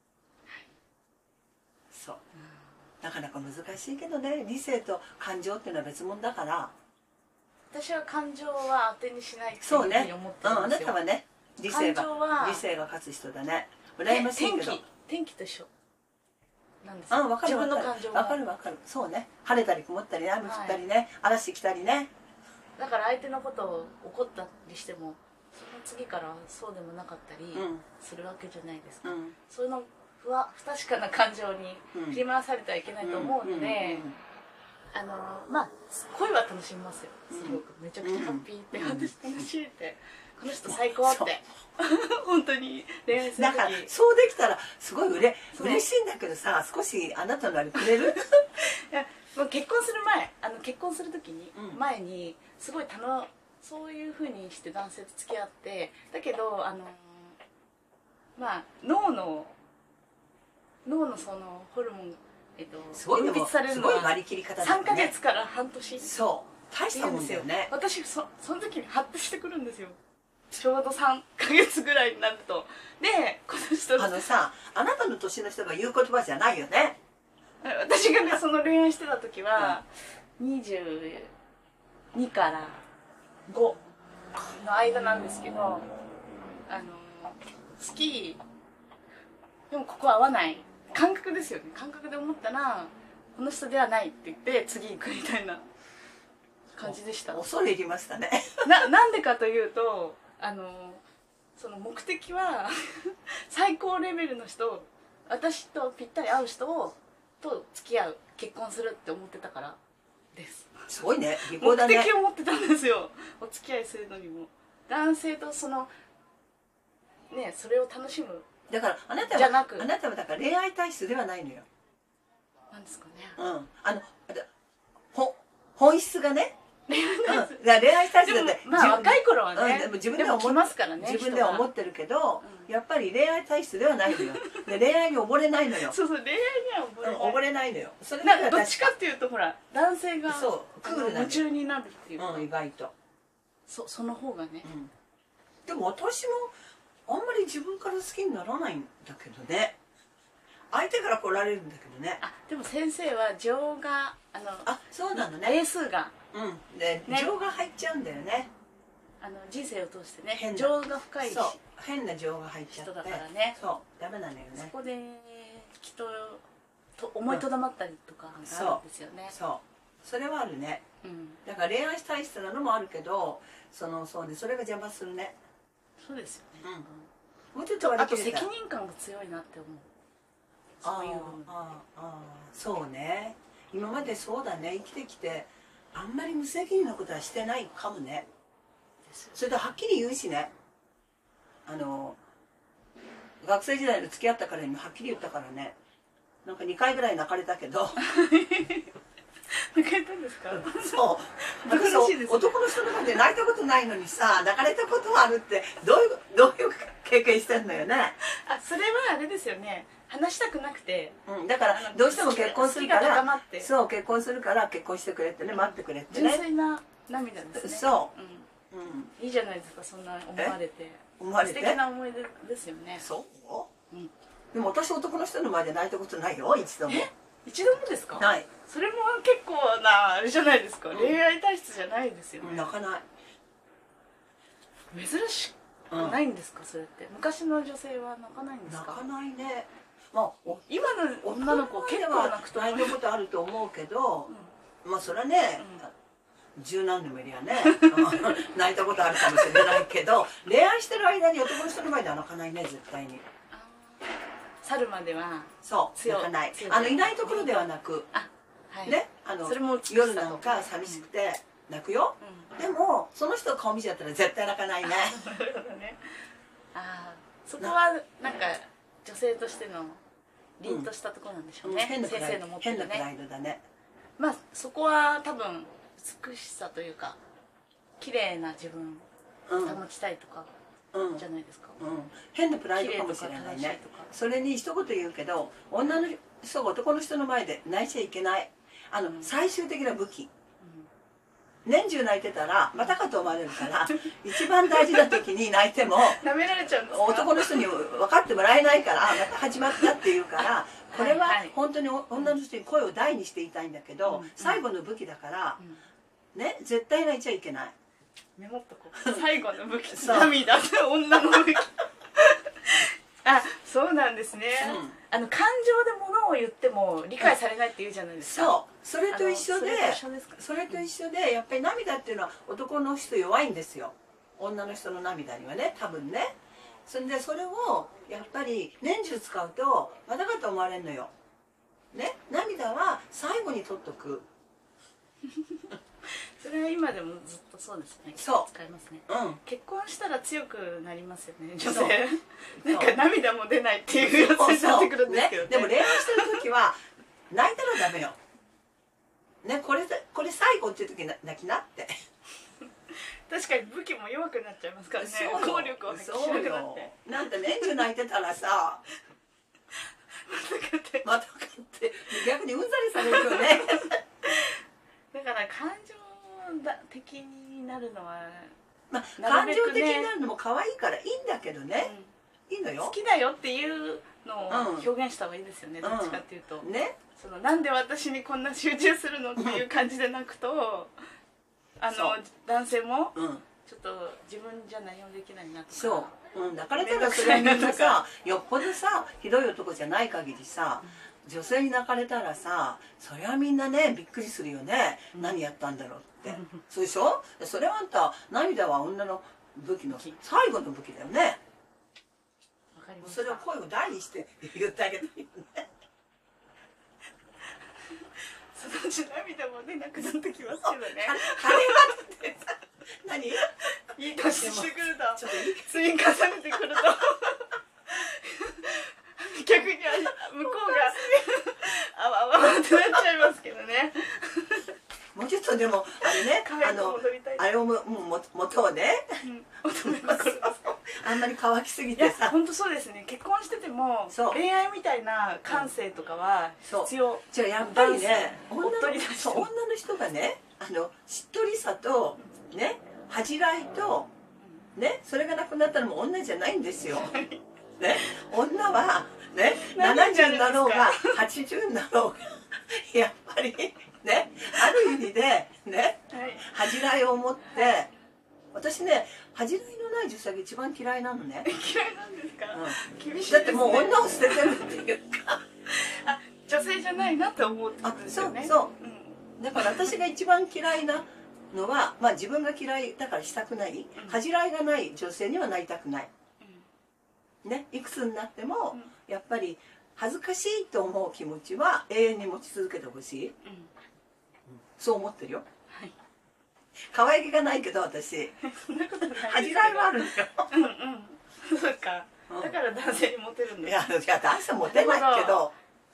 Speaker 1: そう、なかなか難しいけどね、理性と感情っていうのは別物だから。
Speaker 2: 私は感情は当てにしないっていうふうに思ってるんですよ。
Speaker 1: あなたはね、理性が勝つ人だね。羨ましいけど。
Speaker 2: 天気と一緒なんです
Speaker 1: よ。
Speaker 2: 自分の感情
Speaker 1: わかる。そうね。晴れたり曇ったりね、雨降ったりね、嵐来たりね。
Speaker 2: だから相手のことを怒ったりしても、その次からそうでもなかったりするわけじゃないですか。そういうの不確かな感情に振り回されてはいけないと思うので。まあ恋は楽しみますよ。すごくめちゃくちゃハッピーって私楽しいってこの人最高って本当に恋愛する時だから
Speaker 1: そうできたらすごい嬉しいんだけどさ、少しあなたのあれくれる？
Speaker 2: いやもう結婚する前結婚する時に前にすごいそういうふうにして男性と付き合って、だけどまあ脳のそのホルモン分泌されるのは3ヶ月から半年。
Speaker 1: そう大したもんだよね。
Speaker 2: 私その時にハッとしてくるんですよ、ちょうど3ヶ月ぐらいになると。でこの人
Speaker 1: さ、あなたの年の人が言う言葉じゃないよね。
Speaker 2: 私がねその恋愛してた時は22から5の間なんですけど、好きでもここ合わない感覚ですよね。感覚で思ったらこの人ではないって言って次行くみたいな感じでした。
Speaker 1: 恐れ入りましたね。
Speaker 2: なんでかというとその目的は最高レベルの人、私とぴったり合う人と付き合う、結婚するって思ってたからです。
Speaker 1: すごいね、利口だね。
Speaker 2: 目的を持ってたんですよ、お付き合いするのにも。男性とそれを楽しむ。
Speaker 1: だからあなたはだから恋愛体質ではないのよ。
Speaker 2: なんですかね。
Speaker 1: 本質がね。恋愛体質だって。
Speaker 2: まあ若い頃はね。
Speaker 1: 自分では思ってるけど、やっぱり恋愛体質ではないのよ。恋愛に溺れないのよ。
Speaker 2: そう恋愛には
Speaker 1: 溺れないのよ。
Speaker 2: どっちかっていうとほら男性が
Speaker 1: クールな
Speaker 2: 夢中になるっていうか。
Speaker 1: 意外と。
Speaker 2: その方がね。
Speaker 1: でも私もあんまり自分から好きにならないんだけどね。相手から来られるんだけどね。
Speaker 2: でも先生は情が
Speaker 1: そうなのね。
Speaker 2: 英数が
Speaker 1: で情が入っちゃうんだよね。
Speaker 2: 人生を通してね、情が深い
Speaker 1: 変な情が入っちゃって
Speaker 2: 人だからね。
Speaker 1: そうダメなのよね。
Speaker 2: そこできっと思いとどまったりとかがあるんですよね。
Speaker 1: それはあるね。だから恋愛体質なのもあるけど、それが邪魔するね。
Speaker 2: そうですよね。
Speaker 1: もうちょっと
Speaker 2: あと責任感が強いなって思う。そういう部分。
Speaker 1: そうね。今までそうだね、生きてきてあんまり無責任なことはしてないかもね。それとはっきり言うしね。学生時代の付き合ったからにもはっきり言ったからね。 なんか2回ぐらい泣かれたけど
Speaker 2: 泣かれたんですか？
Speaker 1: そう私男の人の前で泣いたことないのにさ泣かれたことがあるってどういう経験してんのよね。
Speaker 2: それはあれですよね、話したくなくて、
Speaker 1: だからどうしても結婚するから
Speaker 2: そう
Speaker 1: 結婚するから結婚してくれってね、待ってくれってね、
Speaker 2: 純粋な涙ですね。
Speaker 1: そう、
Speaker 2: いいじゃないですか、そんな思われて素敵な思い出ですよね。
Speaker 1: そう、でも私男の人の前で泣いたことないよ、一度も。
Speaker 2: 一度もですか？
Speaker 1: ない。
Speaker 2: それも結構なあれじゃないですか、恋愛体質じゃないですよね。
Speaker 1: 泣かない。
Speaker 2: 珍しくないんですか、それって。昔の女性は泣かないんですか？
Speaker 1: 泣かないね。
Speaker 2: 今の女の子結構泣くと
Speaker 1: 泣いたことあると思うけど、まあそれはね、十何年もいりゃね泣いたことあるかもしれないけど、恋愛してる間に男の人の前では泣かないね、絶対に。
Speaker 2: 去るまでは
Speaker 1: そう泣かない。いないところでは泣くね、夜なんか寂しくて泣くよ。でもその人の顔見ちゃったら絶対泣かないね。
Speaker 2: そこはなんか女性としての凛としたところなんでしょうね。先生の持ってるね、変なプライドだね。まあそこは多分美しさというか綺麗な自分を保ちたいとかじゃないですか。変なプライドかもしれないね。それに一言言うけど、女の人が男の人の前で泣いちゃいけない。最終的な武器。年中泣いてたらまたかと思われるから一番大事な時に泣いても舐められちゃうんですか？男の人に分かってもらえないからまた始まったっていうから、これは本当に女の人に声を大にして言いたいんだけど、最後の武器だからね、絶対泣いちゃいけない。メモっとこう。最後の武器、涙、女の武器。そうなんですね。感情で物を言っても理解されないって言うじゃないですか。そう、それと一緒でやっぱり涙っていうのは男の人弱いんですよ、女の人の涙にはね、多分ね。それでそれをやっぱり年中使うとまたかと思われるのよね。涙は最後に取っとく。それは今でもずっとそうですね。そう使いますね。結婚したら強くなりますよね、女性。なんか涙も出ないっていうやつになってくるんですけどね。でも恋愛してる時は泣いたらダメよね。これ最後っていう時泣きなって。確かに武器も弱くなっちゃいますからね。効力を発揮しなくなって。なんて年中泣いてたらさまたかって逆にうんざりされるよね。だから感情的になるのは、感情的になるのも可愛いからいいんだけどね、いいのよ。好きだよっていうのを表現した方がいいですよね、どっちかっていうとね。なんで私にこんな集中するのっていう感じでなくと、男性もちょっと自分じゃ何もできないなとか。そう、だからそれはみんなさ、よっぽどさひどい男じゃない限りさ、女性に泣かれたらさ、それはみんなねびっくりするよね。何やったんだろうって。そうでしょ。それはあんた涙は女の武器の最後の武器だよね。それを声を大にして言ってあげていいよね。そのうち涙も出なくなってきますけどね。何？いい年してくると積み重ねてくると逆に向こうがあわあわってなっちゃいますけどね。もうちょっとでもあれを元をね、あんまり乾きすぎてさ。本当そうですね。結婚してても恋愛みたいな感性とかは必要。じゃあやっぱりね、女の人がね、しっとりさとね、恥じらいとね、それがなくなったのも女じゃないんですよ。ね、女はね、70になろうが80になろうがやっぱりね、ある意味でね、恥じらいを持って、私ね、恥じらいのない女性が一番嫌いなのね。嫌いなんですか？厳しいですね。だってもう女を捨ててるっていうか、女性じゃないなって思ってるんですよね。そう、だから私が一番嫌いなのは、まあ自分が嫌いだからしたくない、恥じらいがない女性にはなりたくないね。いくつになってもやっぱり恥ずかしいと思う気持ちは永遠に持ち続けてほしい、そう思ってるよ。可愛げがないけど私恥じらいはあるんだよ。そうか、だから男性にモテるんだ。いや男性モテないけど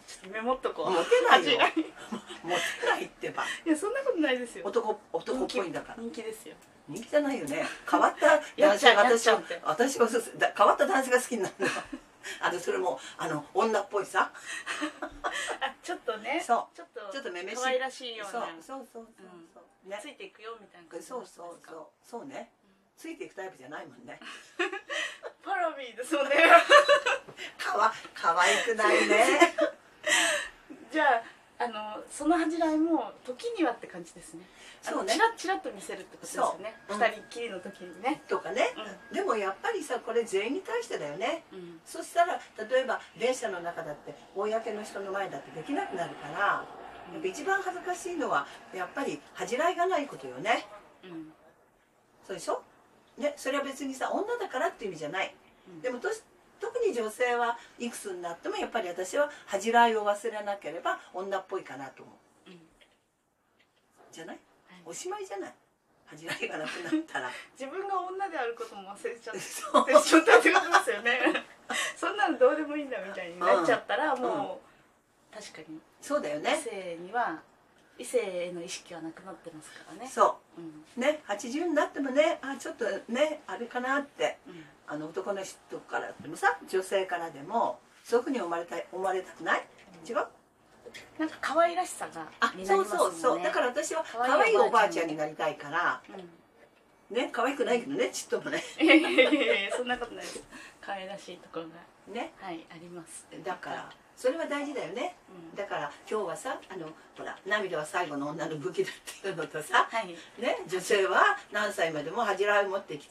Speaker 2: ちょっとメモっとこう。
Speaker 1: モテないよ。
Speaker 2: 恥じらい
Speaker 1: モテないってば。
Speaker 2: いやそんなことないですよ。
Speaker 1: 男っぽいんだから。
Speaker 2: 人気ですよ。
Speaker 1: 人気じゃないよね。変わった男性が私は変わった男性が好きになるの。それも女っぽいさ。
Speaker 2: ちょっとね。
Speaker 1: そう。
Speaker 2: ちょっと
Speaker 1: めめしい。
Speaker 2: 可愛らしいような。
Speaker 1: そう
Speaker 2: ね。ついていくよみたいな感じ。
Speaker 1: そうね。ついていくタイプじゃないもんね。
Speaker 2: パラビーですもんね。
Speaker 1: 可愛くないね。
Speaker 2: じゃあその恥じらいも時にはって感じですね。
Speaker 1: そうね。
Speaker 2: チラッと見せるってことですよね。二人っきりの時にね。
Speaker 1: とかね。でもやっぱりさこれ全員に対してだよね。そしたら例えば電車の中だって公の人の前だってできなくなるから、やっぱ一番恥ずかしいのはやっぱり恥じらいがないことよね。そうでしょ。ね、それは別にさ女だからっていう意味じゃない。でも特に女性はいくつになってもやっぱり私は恥じらいを忘れなければ女っぽいかなと思う。じゃない？おしまいじゃない。恥じらいがなくなったら
Speaker 2: 自分が女であることも忘れちゃってしまったってことですよね。そんなのどうでもいいんだみたいになっちゃったらもう確かに
Speaker 1: そうだよね。
Speaker 2: 異性への意識はなくなってますからね。
Speaker 1: そうね、80になってもねちょっとねあれかなって、男の人からでもさ女性からでもそういうふうに思われたくない？違う？
Speaker 2: なんか可愛らしさがになりますもんね。
Speaker 1: そうだから私は可愛いおばあちゃんになりたいからね。可愛くないけどねちっともね。
Speaker 2: そんなことないです。可愛らしいところが
Speaker 1: ね
Speaker 2: あります。
Speaker 1: だからそれは大事だよね。だから今日はさほら涙は最後の女の武器だっていうのとさ、ね、女性は何歳までも恥じらいを持って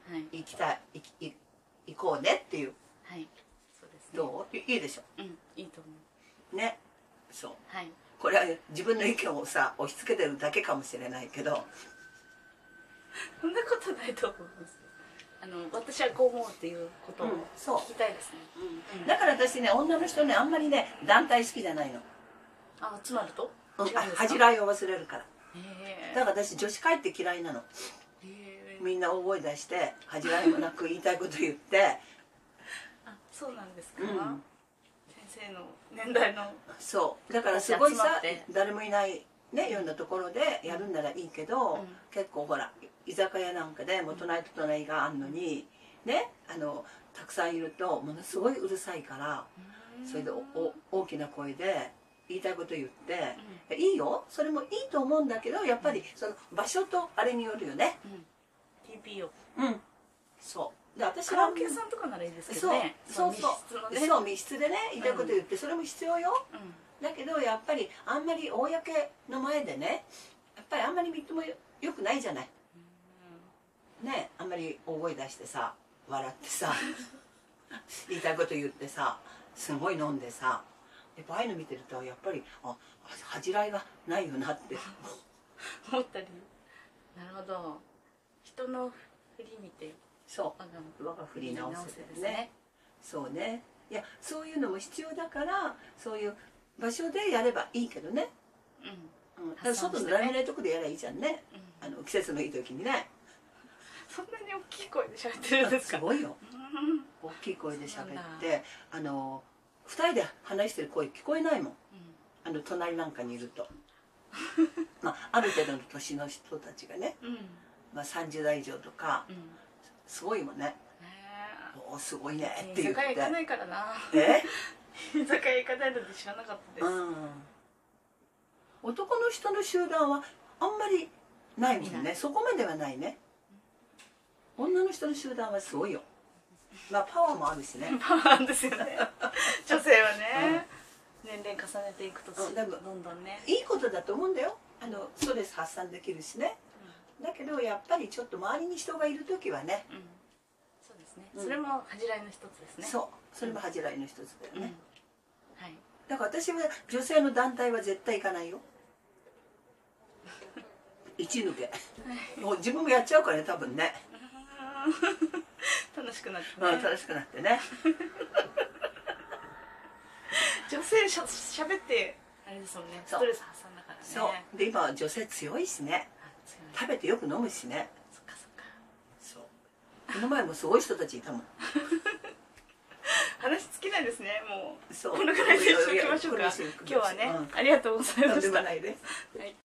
Speaker 1: 行こうねっていう。どう？いいでしょ。
Speaker 2: いいと思
Speaker 1: う。ね、そう。これは自分の意見をさ押し付けてるだけかもしれないけど。
Speaker 2: そんなことないと思います。私はこう思うっていうことを聞きたいですね。
Speaker 1: だから私ね女の人ねあんまりね団体好きじゃないの。
Speaker 2: 集まると
Speaker 1: 恥じらいを忘れるから。だから私女子会って嫌いなの。みんな大声出して恥じらいもなく言いたいこと言って。
Speaker 2: そうなんですか。先生の年代の。
Speaker 1: そうだからすごいさ誰もいないねようなところでやるんならいいけど、結構ほら居酒屋なんかでもう隣と隣があんのにねたくさんいるとものすごいうるさいから、それで大きな声で言いたいこと言って、いいよそれもいいと思うんだけどやっぱりその場所とあれによるよね。
Speaker 2: TPO。
Speaker 1: そう。で私
Speaker 2: カラオケ屋さんとかならいいですけどね。
Speaker 1: そう密室でね言いたいこと言ってそれも必要よ。だけどやっぱりあんまり公の前でねやっぱりあんまりみっともよくないじゃない。ね、あんまり大声出してさ笑ってさ言いたいこと言ってさすごい飲んでさやっぱああいうの見てるとやっぱり恥じらいがないよなって
Speaker 2: 思ったり。なるほど。人の振り見て
Speaker 1: 我が振り直せですね。そうね。いやそういうのも必要だからそういう場所でやればいいけどね。外のラミネート区でやればいいじゃんね。季節のいい時にね。
Speaker 2: そんなに大きい声で喋ってるんですか？
Speaker 1: すごいよ。大きい声で喋って2人で話してる声聞こえないもん。隣なんかにいると。ある程度の年の人たちがね、30代以上とかすごいもんね。おすごいねって言って。
Speaker 2: 居酒屋行かないからな。居酒屋行かないので知らなかったです。
Speaker 1: 男の人の集団はあんまりないもんね。そこまではないね。女の人の集団はすごいよ。パワーもあるしね。
Speaker 2: パワーですよね。女性はね、年齢重ねていくとどんどんね。
Speaker 1: いいことだと思うんだよ。ストレス発散できるしね。だけどやっぱりちょっと周りに人がいる時はね。
Speaker 2: そうですね。それも恥じらいの一つですね。
Speaker 1: そう、それも恥じらいの一つだよね。だから私は女性の団体は絶対行かないよ。一抜け。もう自分もやっちゃうからね多分ね。
Speaker 2: 楽しくなってね。
Speaker 1: 楽しくなってね。
Speaker 2: 女性しゃべってあれですもんね。ストレス発散だからね。
Speaker 1: そうで今女性強いしね。食べてよく飲むしね。
Speaker 2: そっかそっか。
Speaker 1: そう。この前もすごい人たちいたもん。
Speaker 2: 話尽きないですね。もう
Speaker 1: そう
Speaker 2: このぐらいでしておきましょうか。今日はね、ありがとうございました。
Speaker 1: とんでもないです。
Speaker 2: はい。